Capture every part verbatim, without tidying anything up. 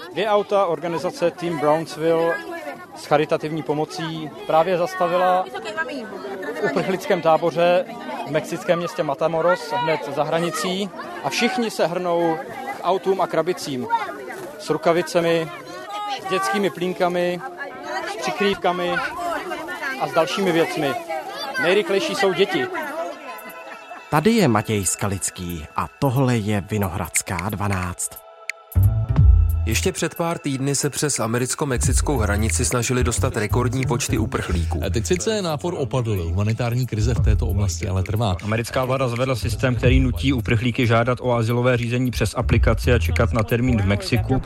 Dvě auta organizace Team Brownsville s charitativní pomocí právě zastavila v uprchlickém táboře v mexickém městě Matamoros hned za hranicí a všichni se hrnou k autům a krabicím s rukavicemi, s dětskými plínkami, s přikrývkami a s dalšími věcmi. Nejrychlejší jsou děti. Tady je Matěj Skalický a tohle je Vinohradská dvanáct. Ještě před pár týdny se přes americko-mexickou hranici snažili dostat rekordní počty uprchlíků. Teď sice nápor opadl, humanitární krize v této oblasti ale trvá. Americká vláda zavedla systém, který nutí uprchlíky žádat o azylové řízení přes aplikaci a čekat na termín v Mexiku.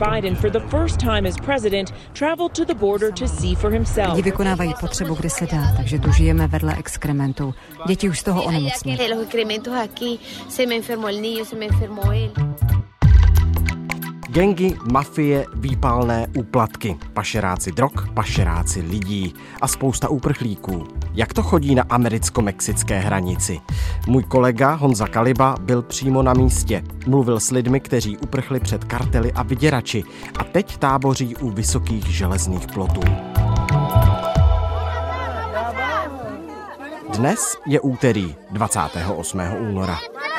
Lidi vykonávají potřebu, kde se dá, takže tu žijeme vedle exkrementů. Děti už z toho onemocní. Gangy, mafie, výpalné úplatky, pašeráci drog, pašeráci lidí a spousta uprchlíků. Jak to chodí na americko-mexické hranici? Můj kolega Honza Kaliba byl přímo na místě. Mluvil s lidmi, kteří uprchli před kartely a vyděrači a teď táboří u vysokých železných plotů. Dnes je úterý dvacátého osmého února.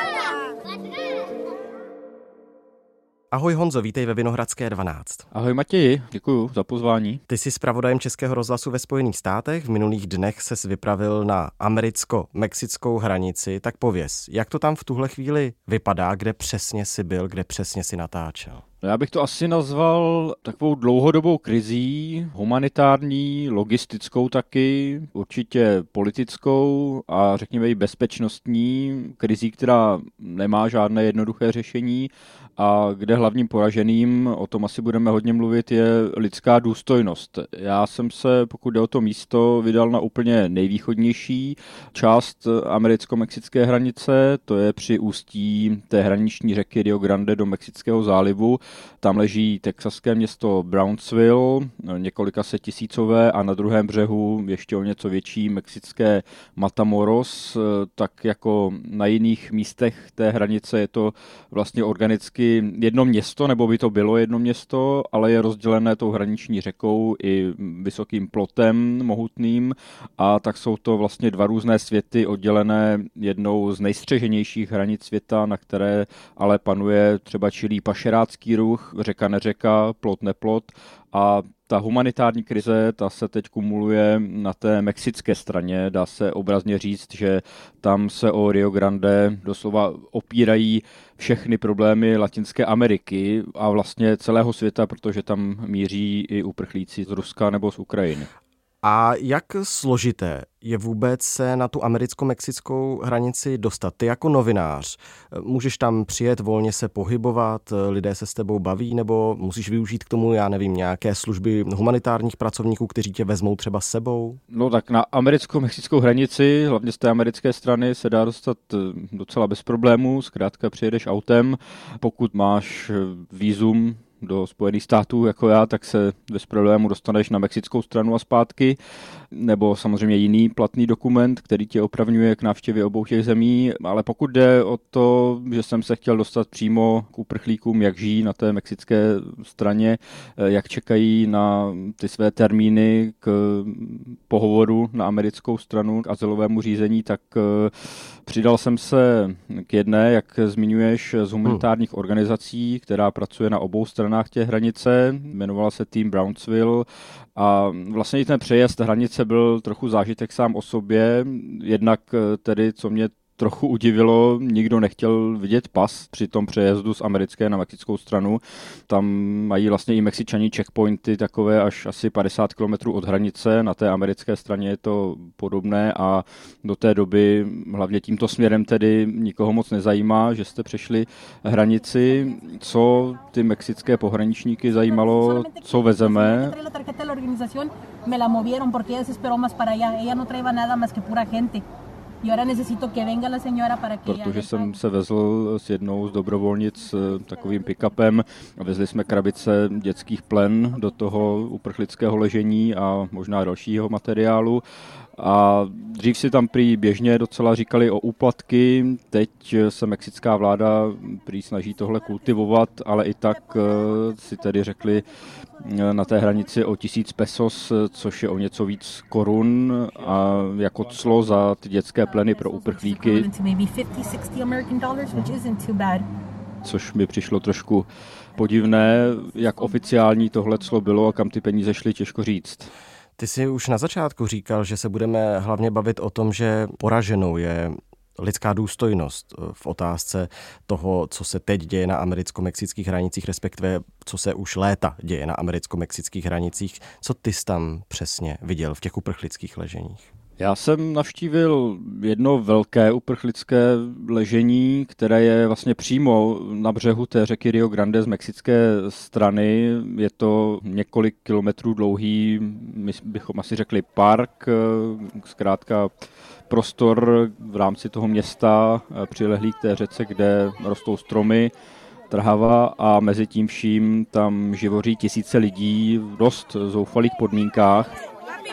Ahoj Honzo, vítej ve Vinohradské dvanáct. Ahoj Matěji, děkuju za pozvání. Ty jsi zpravodajem Českého rozhlasu ve Spojených státech, v minulých dnech ses vypravil na americko-mexickou hranici, tak pověz, jak to tam v tuhle chvíli vypadá, kde přesně jsi byl, kde přesně jsi natáčel? Já bych to asi nazval takovou dlouhodobou krizí, humanitární, logistickou taky, určitě politickou a řekněme i bezpečnostní krizí, která nemá žádné jednoduché řešení a kde hlavním poraženým, o tom asi budeme hodně mluvit, je lidská důstojnost. Já jsem se, pokud jde o to místo, vydal na úplně nejvýchodnější část americko-mexické hranice, to je při ústí té hraniční řeky Rio Grande do Mexického zálivu. Tam leží texaské město Brownsville, několika set tisícové, a na druhém břehu ještě o něco větší mexické Matamoros. Tak jako na jiných místech té hranice je to vlastně organicky jedno město, nebo by to bylo jedno město, ale je rozdělené tou hraniční řekou i vysokým plotem mohutným, a tak jsou to vlastně dva různé světy oddělené jednou z nejstřeženějších hranic světa, na které ale panuje třeba čilý pašerácký ruch, řeka neřeka, plot neplot, a ta humanitární krize, ta se teď kumuluje na té mexické straně. Dá se obrazně říct, že tam se o Rio Grande doslova opírají všechny problémy Latinské Ameriky a vlastně celého světa, protože tam míří i uprchlíci z Ruska nebo z Ukrajiny. A jak složité je vůbec se na tu americko-mexickou hranici dostat? Ty jako novinář, můžeš tam přijet, volně se pohybovat, lidé se s tebou baví, nebo musíš využít k tomu, já nevím, nějaké služby humanitárních pracovníků, kteří tě vezmou třeba s sebou? No tak na americko-mexickou hranici, hlavně z té americké strany, se dá dostat docela bez problémů, zkrátka přijedeš autem, pokud máš vízum do Spojených států jako já, tak se bez problému dostaneš na mexickou stranu a zpátky, nebo samozřejmě jiný platný dokument, který tě opravňuje k návštěvě obou těch zemí, ale pokud jde o to, že jsem se chtěl dostat přímo k uprchlíkům, jak žijí na té mexické straně, jak čekají na ty své termíny k pohovoru na americkou stranu, k azylovému řízení, tak přidal jsem se k jedné, jak zmiňuješ, z humanitárních hmm. organizací, která pracuje na obou stranách té hranice, jmenovala se Team Brownsville, a vlastně i ten přejezd hranice byl trochu zážitek sám o sobě, jednak tedy, co mě trochu udivilo, nikdo nechtěl vidět pas při tom přejezdu z americké na mexickou stranu. Tam mají vlastně i Mexičani checkpointy takové až asi padesát kilometrů od hranice, na té americké straně je to podobné a do té doby hlavně tímto směrem tedy nikoho moc nezajímá, že jste přešli hranici. Co ty mexické pohraničníky zajímalo, co vezeme? Protože jsem se vezl s jednou z dobrovolnic takovým pick-upem a vezli jsme krabice dětských plen do toho uprchlického ležení a možná dalšího materiálu. A dřív si tam prý běžně docela říkali o úplatky, teď se mexická vláda prý snaží tohle kultivovat, ale i tak si tedy řekli na té hranici o tisíc pesos, což je o něco víc korun, a jako clo za ty dětské pleny pro uprchlíky, což mi přišlo trošku podivné, jak oficiální tohle clo bylo a kam ty peníze šly, těžko říct. Ty jsi už na začátku říkal, že se budeme hlavně bavit o tom, že poraženou je lidská důstojnost v otázce toho, co se teď děje na americko-mexických hranicích, respektive co se už léta děje na americko-mexických hranicích. Co ty jsi tam přesně viděl v těch uprchlických leženích? Já jsem navštívil jedno velké uprchlické ležení, které je vlastně přímo na břehu té řeky Rio Grande z mexické strany. Je to několik kilometrů dlouhý, my bychom asi řekli park, zkrátka prostor v rámci toho města přilehlý k té řece, kde rostou stromy, trhava, a mezi tím vším tam živoří tisíce lidí v dost zoufalých podmínkách.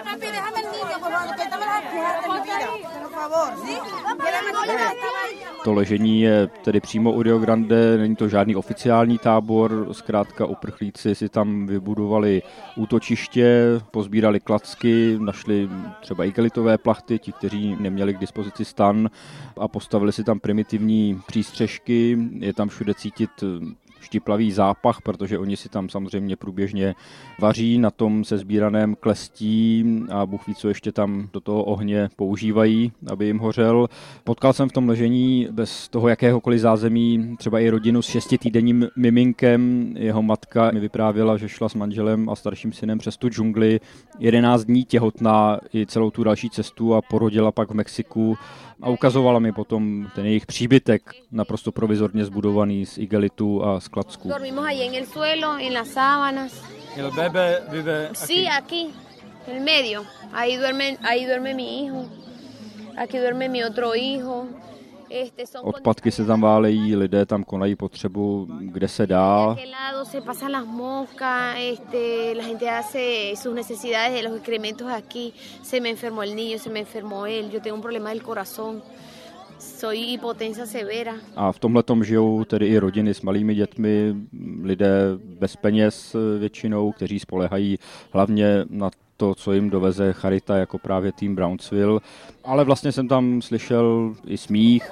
To ležení je tedy přímo u Rio Grande, není to žádný oficiální tábor, zkrátka uprchlíci si tam vybudovali útočiště, pozbírali klacky, našli třeba igelitové plachty, ti, kteří neměli k dispozici stan, a postavili si tam primitivní přístřešky. Je tam všude cítit štiplavý zápach, protože oni si tam samozřejmě průběžně vaří na tom sesbíraném klestí a Bůh ví, co ještě tam do toho ohně používají, aby jim hořel. Potkal jsem v tom ležení bez toho jakéhokoliv zázemí třeba i rodinu s šestitýdenním miminkem. Jeho matka mi vyprávěla, že šla s manželem a starším synem přes tu džungli, jedenáct dní těhotná i celou tu další cestu, a porodila pak v Mexiku. A ukazovala mi potom ten jejich příbytek, naprosto provizorně zbudovaný z igelitu a z klacků. Dormimos ahí en el suelo, en las sábanas. El bebé vive aquí. Sí, aquí, en el medio. Ahí duerme, ahí duerme mi hijo. Aquí duerme mi otro hijo. Odpadky se tam válejí, lidé tam konají potřebu, kde se dá. Se pasan las moscas, este, la gente hace sus necesidades de los excrementos aquí. Se me enfermó el niño, se me enfermó él, yo tengo un problema del corazón. Soy hipotensa severa. A v tomhletom žijou tedy i rodiny s malými dětmi, lidé bez peněz většinou, kteří spoléhají hlavně na to, co jim doveze charita, jako právě tým Brownsville. Ale vlastně jsem tam slyšel i smích.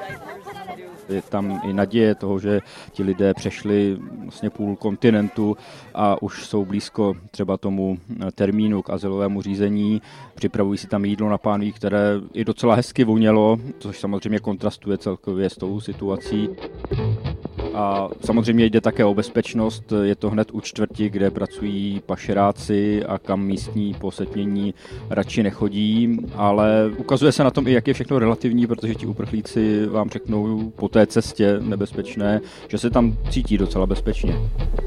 Je tam i naděje toho, že ti lidé přešli vlastně půl kontinentu a už jsou blízko třeba tomu termínu k azylovému řízení. Připravují si tam jídlo na pánví, které i docela hezky vonělo, což samozřejmě kontrastuje celkově s tou situací. A samozřejmě jde také o bezpečnost, je to hned u čtvrti, kde pracují pašeráci a kam místní posetmění radši nechodí, ale ukazuje se na tom i, jak je všechno relativní, protože ti uprchlíci vám řeknou po té cestě nebezpečné, že se tam cítí docela bezpečně.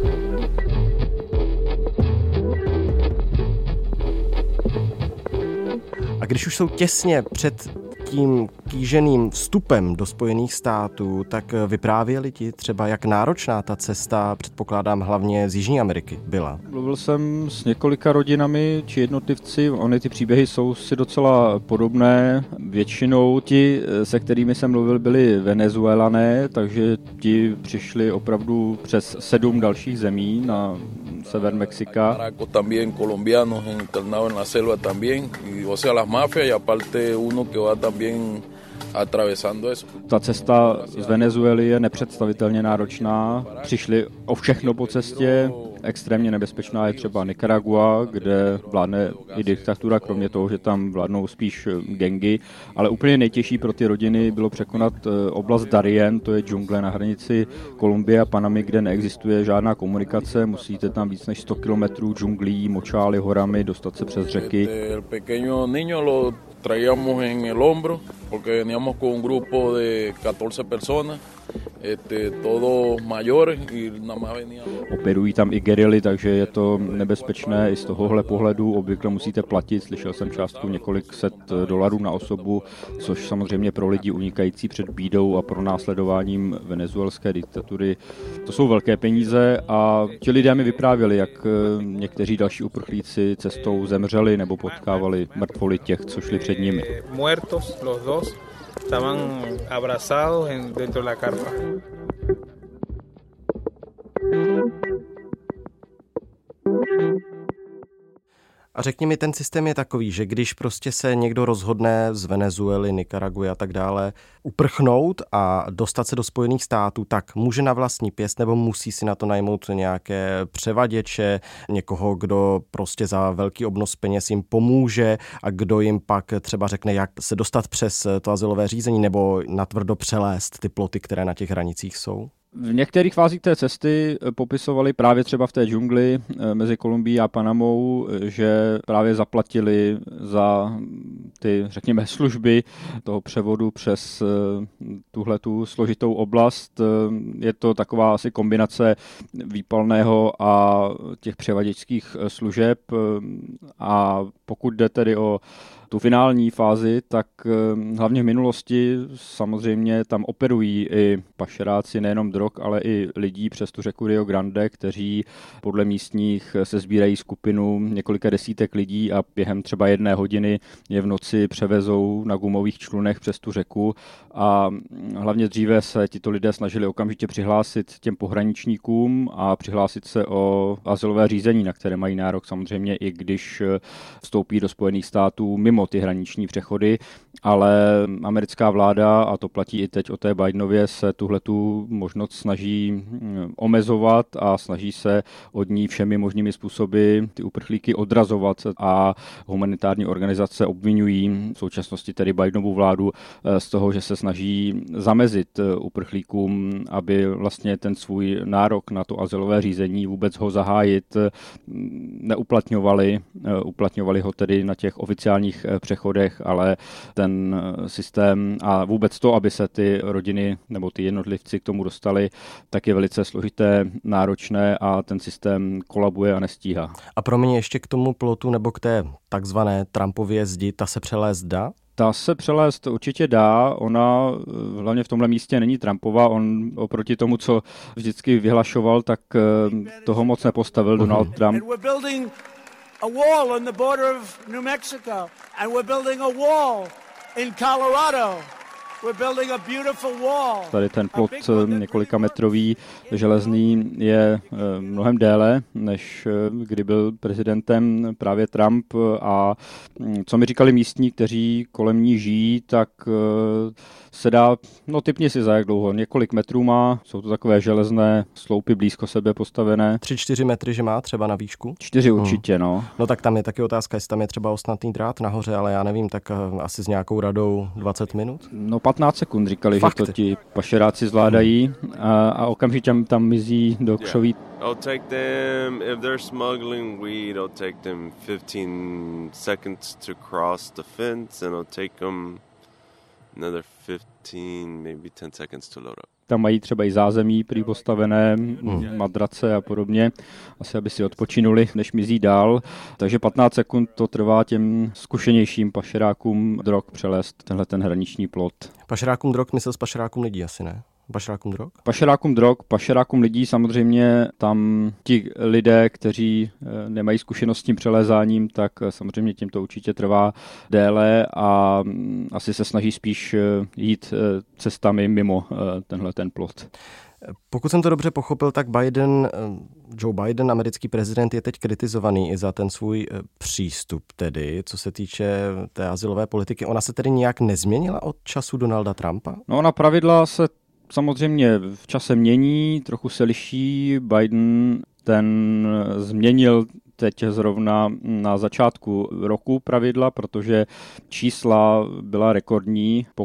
A když už jsou těsně před tím kýženým vstupem do Spojených států, tak vyprávěli ti třeba, jak náročná ta cesta, předpokládám hlavně z Jižní Ameriky, byla? Mluvil jsem s několika rodinami či jednotlivci, ony ty příběhy jsou si docela podobné. Většinou ti, se kterými jsem mluvil, byli Venezuelané, takže ti přišli opravdu přes sedm dalších zemí na sever Mexika. También colombianos internados en la selva también, y o sea las mafias y aparte uno que va también atravesando eso. Ta cesta z Venezuely je nepředstavitelně náročná. Přišli o všechno po cestě. Extrémně nebezpečná je třeba Nicaragua, kde vládne i diktatura, kromě toho, že tam vládnou spíš gangy. Ale úplně nejtěžší pro ty rodiny bylo překonat oblast Darien, to je džungle na hranici Kolumbie a Panamy, kde neexistuje žádná komunikace. Musíte tam víc než sto kilometrů džunglí, močály, horami, dostat se přes řeky. Traíamos en el hombro porque veníamos con un grupo de catorce personas este, todos mayores y nada más venían. Operují tam i gerily, takže je to nebezpečné i z tohohle pohledu. Obvykle musíte platit, slyšel jsem částku několik set dolarů na osobu, což samozřejmě pro lidi unikající před bídou a pro následováním venezuelské diktatury. To jsou velké peníze a ti lidé mi vyprávěli, jak někteří další uprchlíci cestou zemřeli nebo potkávali mrtvoly těch, co šli před nimi. Muertos, los dos, estaban abrazados dentro de la carpa. A řekni mi, ten systém je takový, že když prostě se někdo rozhodne z Venezuely, Nikaraguy a tak dále uprchnout a dostat se do Spojených států, tak může na vlastní pěst nebo musí si na to najmout nějaké převaděče, někoho, kdo prostě za velký obnos peněz jim pomůže a kdo jim pak třeba řekne, jak se dostat přes to azylové řízení nebo natvrdo přelézt ty ploty, které na těch hranicích jsou? V některých fázích té cesty popisovali právě třeba v té džungli mezi Kolumbií a Panamou, že právě zaplatili za ty, řekněme, služby toho převodu přes tuhletu složitou oblast. Je to taková asi kombinace výpalného a těch převaděčských služeb a pokud jde tedy o tu finální fázi, tak hlavně v minulosti samozřejmě tam operují i pašeráci nejenom drog, ale i lidí přes tu řeku Rio Grande, kteří podle místních se sbírají skupinu několika desítek lidí a během třeba jedné hodiny je v noci převezou na gumových člunech přes tu řeku a hlavně dříve se tito lidé snažili okamžitě přihlásit těm pohraničníkům a přihlásit se o azylové řízení, na které mají nárok samozřejmě i když vstoupí do Spojených států mimo ty hraniční přechody, ale americká vláda, a to platí i teď o té Bidenově, se tuhletu možnost snaží omezovat a snaží se od ní všemi možnými způsoby ty uprchlíky odrazovat a humanitární organizace obvinují v současnosti tedy Bidenovu vládu z toho, že se snaží zamezit uprchlíkům, aby vlastně ten svůj nárok na to azylové řízení vůbec ho zahájit neuplatňovali, uplatňovali ho tedy na těch oficiálních přechodech, ale ten systém a vůbec to, aby se ty rodiny nebo ty jednotlivci k tomu dostali, tak je velice složité, náročné a ten systém kolabuje a nestíhá. A pro mě ještě k tomu plotu nebo k té takzvané Trumpově zdi, ta se přelézt dá? Ta se přelézt určitě dá, ona hlavně v tomhle místě není Trumpova, on oproti tomu, co vždycky vyhlašoval, tak toho moc nepostavil uh-huh. Donald Trump. A wall on the border of New Mexico, and we're building a wall in Colorado. We're building a beautiful wall. Tady ten plot několika metrový železný je mnohem déle, než kdy byl prezidentem právě Trump a co mi říkali místní, kteří kolem ní žijí, tak se dá, no tipni si za jak dlouho, několik metrů má, jsou to takové železné sloupy blízko sebe postavené. Tři, čtyři metry, že má třeba na výšku? Čtyři určitě, hmm. no. No tak tam je taky otázka, jestli tam je třeba ostnatný drát nahoře, ale já nevím, tak asi s nějakou radou dvacet minut? No patnáct sekund říkali, Fakt? že to ti pašeráci zvládají a, a okamžitě tam mizí do křoví. I'll take them, if they're smuggling weed, I'll take them fifteen seconds to cross the fence and I'll take them another fifteen, maybe ten seconds to load up. Tam mají třeba i zázemí prý postavené, hmm. madrace a podobně, asi aby si odpočinuli, než mizí dál. Takže patnáct sekund to trvá těm zkušenějším pašerákům drog přelézt tenhle ten hraniční plot. Pašerákům drog myslel s pašerákům lidí asi, ne? Pašerákům drog? Pašerákům drog, pašerákům lidí samozřejmě tam ti lidé, kteří nemají zkušenost s tím přelézáním, tak samozřejmě tím to určitě trvá déle a asi se snaží spíš jít cestami mimo tenhle ten plot. Pokud jsem to dobře pochopil, tak Biden, Joe Biden, americký prezident, je teď kritizovaný i za ten svůj přístup tedy, co se týče té azylové politiky. Ona se tedy nějak nezměnila od času Donalda Trumpa? No, ona pravidla se samozřejmě v čase mění, trochu se liší. Biden ten změnil teď zrovna na začátku roku pravidla, protože čísla byla rekordní, pokud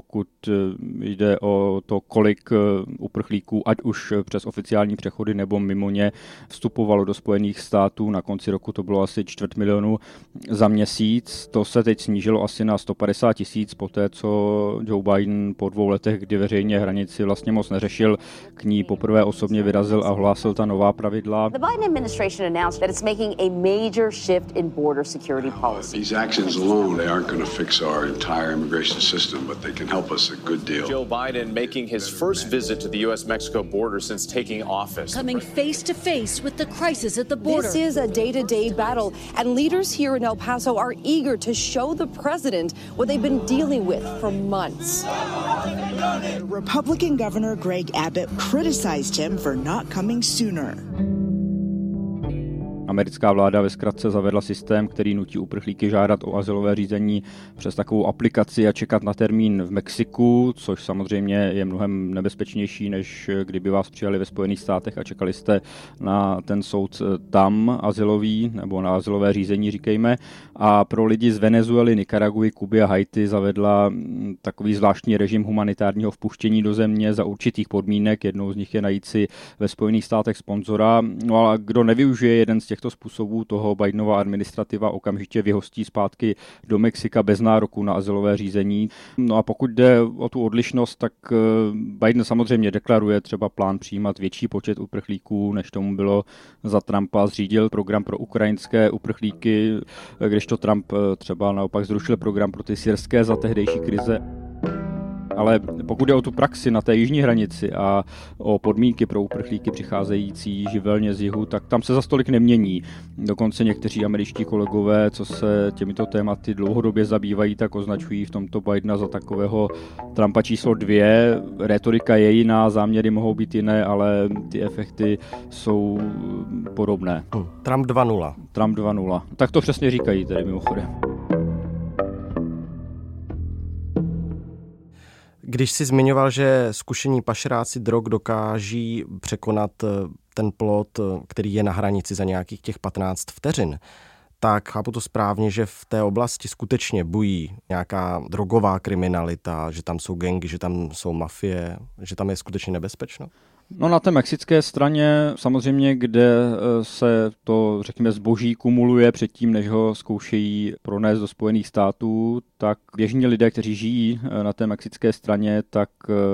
jde o to, kolik uprchlíků, ať už přes oficiální přechody nebo mimo ně, vstupovalo do Spojených států. Na konci roku to bylo asi čtvrt milionu za měsíc. To se teď snížilo asi na sto padesát tisíc poté, co Joe Biden po dvou letech, kdy veřejně hranici vlastně moc neřešil, k ní poprvé osobně vyrazil a hlásil ta nová pravidla. The Biden administration announced that it's making a major shift in border security policy. These actions alone, they aren't going to fix our entire immigration system, but they can help us a good deal. Joe Biden making his first visit to the U S Mexico border since taking office. Coming face to face with the crisis at the border. This is a day-to-day battle, and leaders here in El Paso are eager to show the president what they've been dealing with for months. Republican Governor Greg Abbott criticized him for not coming sooner. Americká vláda ve zkratce zavedla systém, který nutí uprchlíky žádat o azylové řízení přes takovou aplikaci a čekat na termín v Mexiku, což samozřejmě je mnohem nebezpečnější, než kdyby vás přijali ve Spojených státech a čekali jste na ten soud tam azylový, nebo na azylové řízení, říkejme. A pro lidi z Venezuely, Nikaraguy, Kuby a Haiti zavedla takový zvláštní režim humanitárního vpuštění do země za určitých podmínek. Jednou z nich je najít si ve Spojených státech sponzora. No a kdo nevyužije jeden z těchto způsobů, toho Bidenova administrativa okamžitě vyhostí zpátky do Mexika bez nároku na azylové řízení. No a pokud jde o tu odlišnost, tak Biden samozřejmě deklaruje třeba plán přijímat větší počet uprchlíků, než tomu bylo za Trumpa. Zřídil program pro ukrajinské uprchlíky, kdežto Trump třeba naopak zrušil program pro ty syrské za tehdejší krize. Ale pokud jde o tu praxi na té jižní hranici a o podmínky pro uprchlíky přicházející živelně z jihu, tak tam se za stolik nemění. Dokonce někteří američtí kolegové, co se těmito tématy dlouhodobě zabývají, tak označují v tomto Bidena za takového Trumpa číslo dvě. Rétorika je jiná, záměry mohou být jiné, ale ty efekty jsou podobné. Hmm. Trump dva nula. Trump dva nula. Tak to přesně říkají tedy mimochodem. Když jsi zmiňoval, že zkušení pašeráci drog dokáží překonat ten plot, který je na hranici za nějakých těch patnáct vteřin, tak chápu to správně, že v té oblasti skutečně bují nějaká drogová kriminalita, že tam jsou gangy, že tam jsou mafie, že tam je skutečně nebezpečno? No na té mexické straně samozřejmě, kde se to, řekněme, zboží kumuluje předtím, než ho zkoušejí pronést do Spojených států, tak běžní lidé, kteří žijí na té mexické straně, tak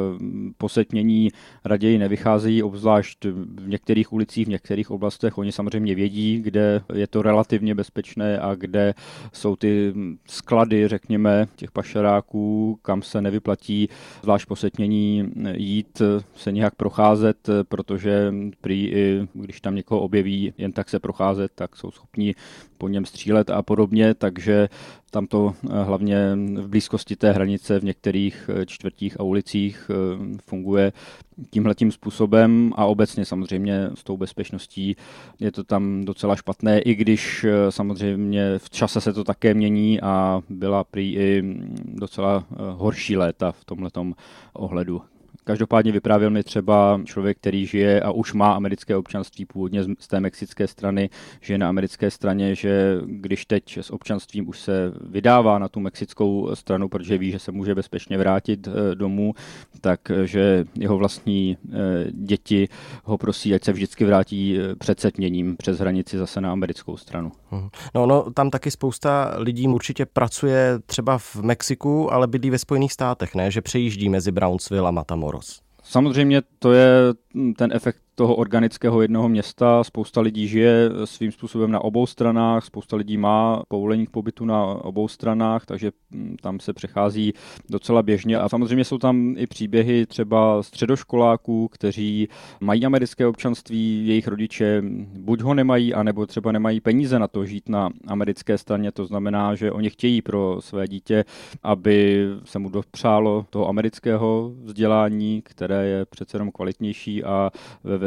po setmění raději nevycházejí, obzvlášť v některých ulicích, v některých oblastech. Oni samozřejmě vědí, kde je to relativně bezpečné a kde jsou ty sklady, řekněme, těch pašeráků, kam se nevyplatí, zvlášť po setmění jít, se nějak procházet, protože prý i když tam někoho objeví, jen tak se procházet, tak jsou schopni po něm střílet a podobně, takže tam to hlavně v blízkosti té hranice v některých čtvrtích a ulicích funguje tímhletím způsobem a obecně samozřejmě s tou bezpečností je to tam docela špatné, i když samozřejmě v čase se to také mění a byla prý i docela horší léta v tomhletom ohledu. Každopádně vyprávěl mi třeba člověk, který žije a už má americké občanství původně z té mexické strany, žije na americké straně, že když teď s občanstvím už se vydává na tu mexickou stranu, protože ví, že se může bezpečně vrátit domů, takže jeho vlastní děti ho prosí, ať se vždycky vrátí před setměním přes hranici zase na americkou stranu. No, no, tam taky spousta lidí určitě pracuje třeba v Mexiku, ale bydlí ve Spojených státech, ne? Že přejíždí mezi Brownsville a Matamoros. Samozřejmě to je ten efekt toho organického jednoho města. Spousta lidí žije svým způsobem na obou stranách, spousta lidí má povolení k pobytu na obou stranách, takže tam se přechází docela běžně. A samozřejmě jsou tam i příběhy třeba středoškoláků, kteří mají americké občanství, jejich rodiče buď ho nemají, anebo třeba nemají peníze na to žít na americké straně. To znamená, že oni chtějí pro své dítě, aby se mu dopřálo toho amerického vzdělání, které je přece jenom kvalitnější a ve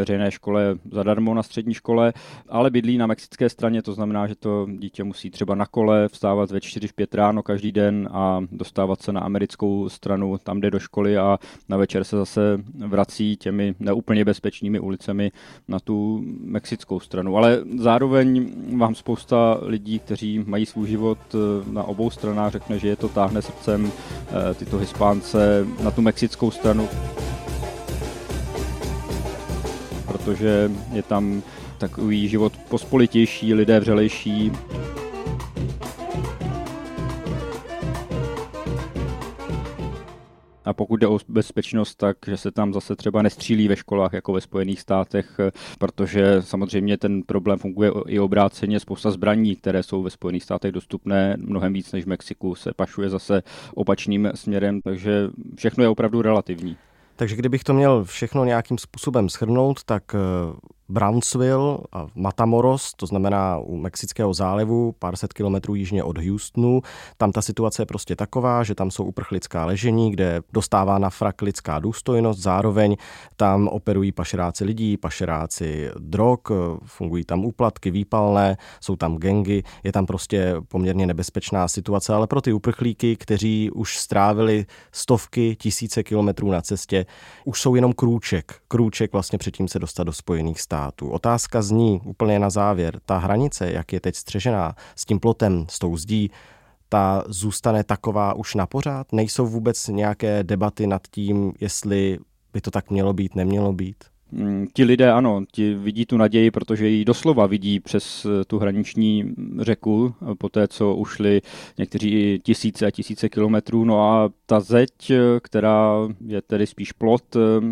veřejné škole zadarmo na střední škole, ale bydlí na mexické straně, to znamená, že to dítě musí třeba na kole vstávat ve čtyři pět ráno každý den a dostávat se na americkou stranu, tam jde do školy a na večer se zase vrací těmi neúplně bezpečnými ulicemi na tu mexickou stranu. Ale zároveň mám spousta lidí, kteří mají svůj život na obou stranách, řekne, že je to táhne srdcem tyto Hispánce na tu mexickou stranu, protože je tam takový život pospolitější, lidé vřelejší. A pokud jde o bezpečnost, tak že se tam zase třeba nestřílí ve školách jako ve Spojených státech, protože samozřejmě ten problém funguje i obráceně. Spousta zbraní, které jsou ve Spojených státech dostupné, mnohem víc než v Mexiku, se pašuje zase opačným směrem, takže všechno je opravdu relativní. Takže kdybych to měl všechno nějakým způsobem shrnout, tak Brownsville a Matamoros, to znamená u Mexického zálivu, pár set kilometrů jižně od Houstonu. Tam ta situace je prostě taková, že tam jsou uprchlická ležení, kde dostává na frak lidská důstojnost, zároveň tam operují pašeráci lidí, pašeráci drog, fungují tam úplatky, výpalné, jsou tam gangy, je tam prostě poměrně nebezpečná situace, ale pro ty uprchlíky, kteří už strávili stovky, tisíce kilometrů na cestě, už jsou jenom krůček, krůček vlastně předtím se dostat do Spojených států. Otázka zní úplně na závěr. Ta hranice, jak je teď střežená, s tím plotem, s tou zdí, ta zůstane taková už na pořád? Nejsou vůbec nějaké debaty nad tím, jestli by to tak mělo být, nemělo být? Ti lidé, ano, ti vidí tu naději, protože ji doslova vidí přes tu hraniční řeku, po té, co ušli někteří tisíce a tisíce kilometrů. No a ta zeď, která je tedy spíš plot,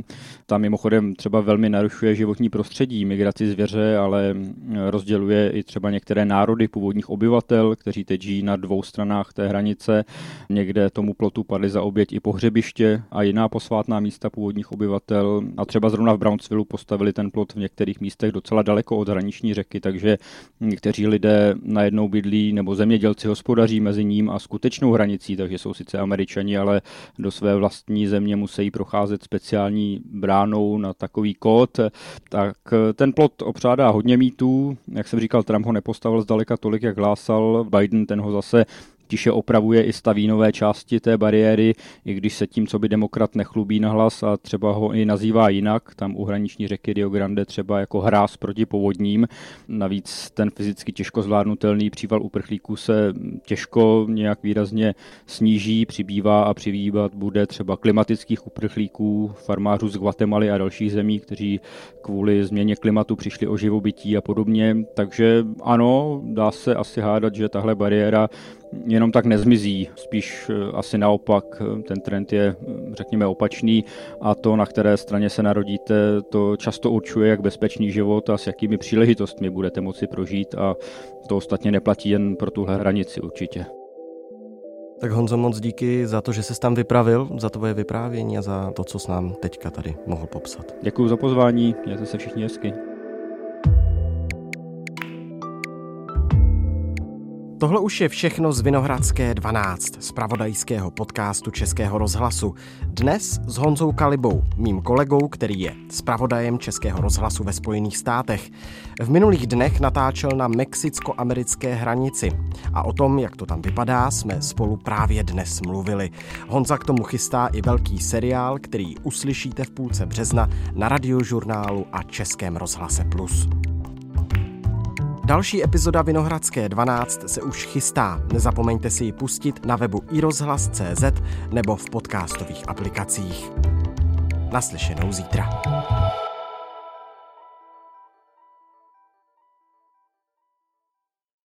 tam mimochodem třeba velmi narušuje životní prostředí, migraci zvěře, ale rozděluje i třeba některé národy původních obyvatel, kteří teď žijí na dvou stranách té hranice. Někde tomu plotu padly za oběť i pohřebiště a jiná posvátná místa původních obyvatel. A třeba zrovna v Brownsville postavili ten plot v některých místech docela daleko od hraniční řeky, takže někteří lidé najednou bydlí nebo zemědělci hospodaří mezi ním a skutečnou hranicí, takže jsou sice Američani, ale do své vlastní země musí procházet speciální bránou na takový kód. Tak ten plot obřádá hodně mýtů. Jak jsem říkal, Trump ho nepostavil zdaleka tolik, jak hlásal. Biden ten ho zase tiše opravuje i staví nové části té bariéry, i když se tím, co by demokrat nechlubí nahlas a třeba ho i nazývá jinak, tam u hraniční řeky Rio Grande třeba jako hráz proti povodním. Navíc ten fyzicky těžko zvládnutelný příval uprchlíků se těžko nějak výrazně sníží, přibývá a přibývat bude třeba klimatických uprchlíků, farmářů z Guatemaly a dalších zemí, kteří kvůli změně klimatu přišli o živobytí a podobně. Takže ano, dá se asi hádat, že tahle bariéra jenom tak nezmizí, spíš asi naopak, ten trend je, řekněme, opačný a to, na které straně se narodíte, to často určuje, jak bezpečný život a s jakými příležitostmi budete moci prožít a to ostatně neplatí jen pro tuhle hranici určitě. Tak Honzo, moc díky za to, že ses tam vypravil, za tvoje vyprávění a za to, co jsi nám teďka tady mohl popsat. Děkuji za pozvání, mějte se všichni hezky. Tohle už je všechno z Vinohradské dvanáct, zpravodajského podcastu Českého rozhlasu. Dnes s Honzou Kalibou, mým kolegou, který je zpravodajem Českého rozhlasu ve Spojených státech. V minulých dnech natáčel na mexicko-americké hranici a o tom, jak to tam vypadá, jsme spolu právě dnes mluvili. Honza k tomu chystá i velký seriál, který uslyšíte v půlce března na Radiožurnálu a Českém rozhlase Plus. Další epizoda Vinohradské dvanáct se už chystá. Nezapomeňte si ji pustit na webu i rozhlas tečka cé zet nebo v podcastových aplikacích. Naslyšenou zítra.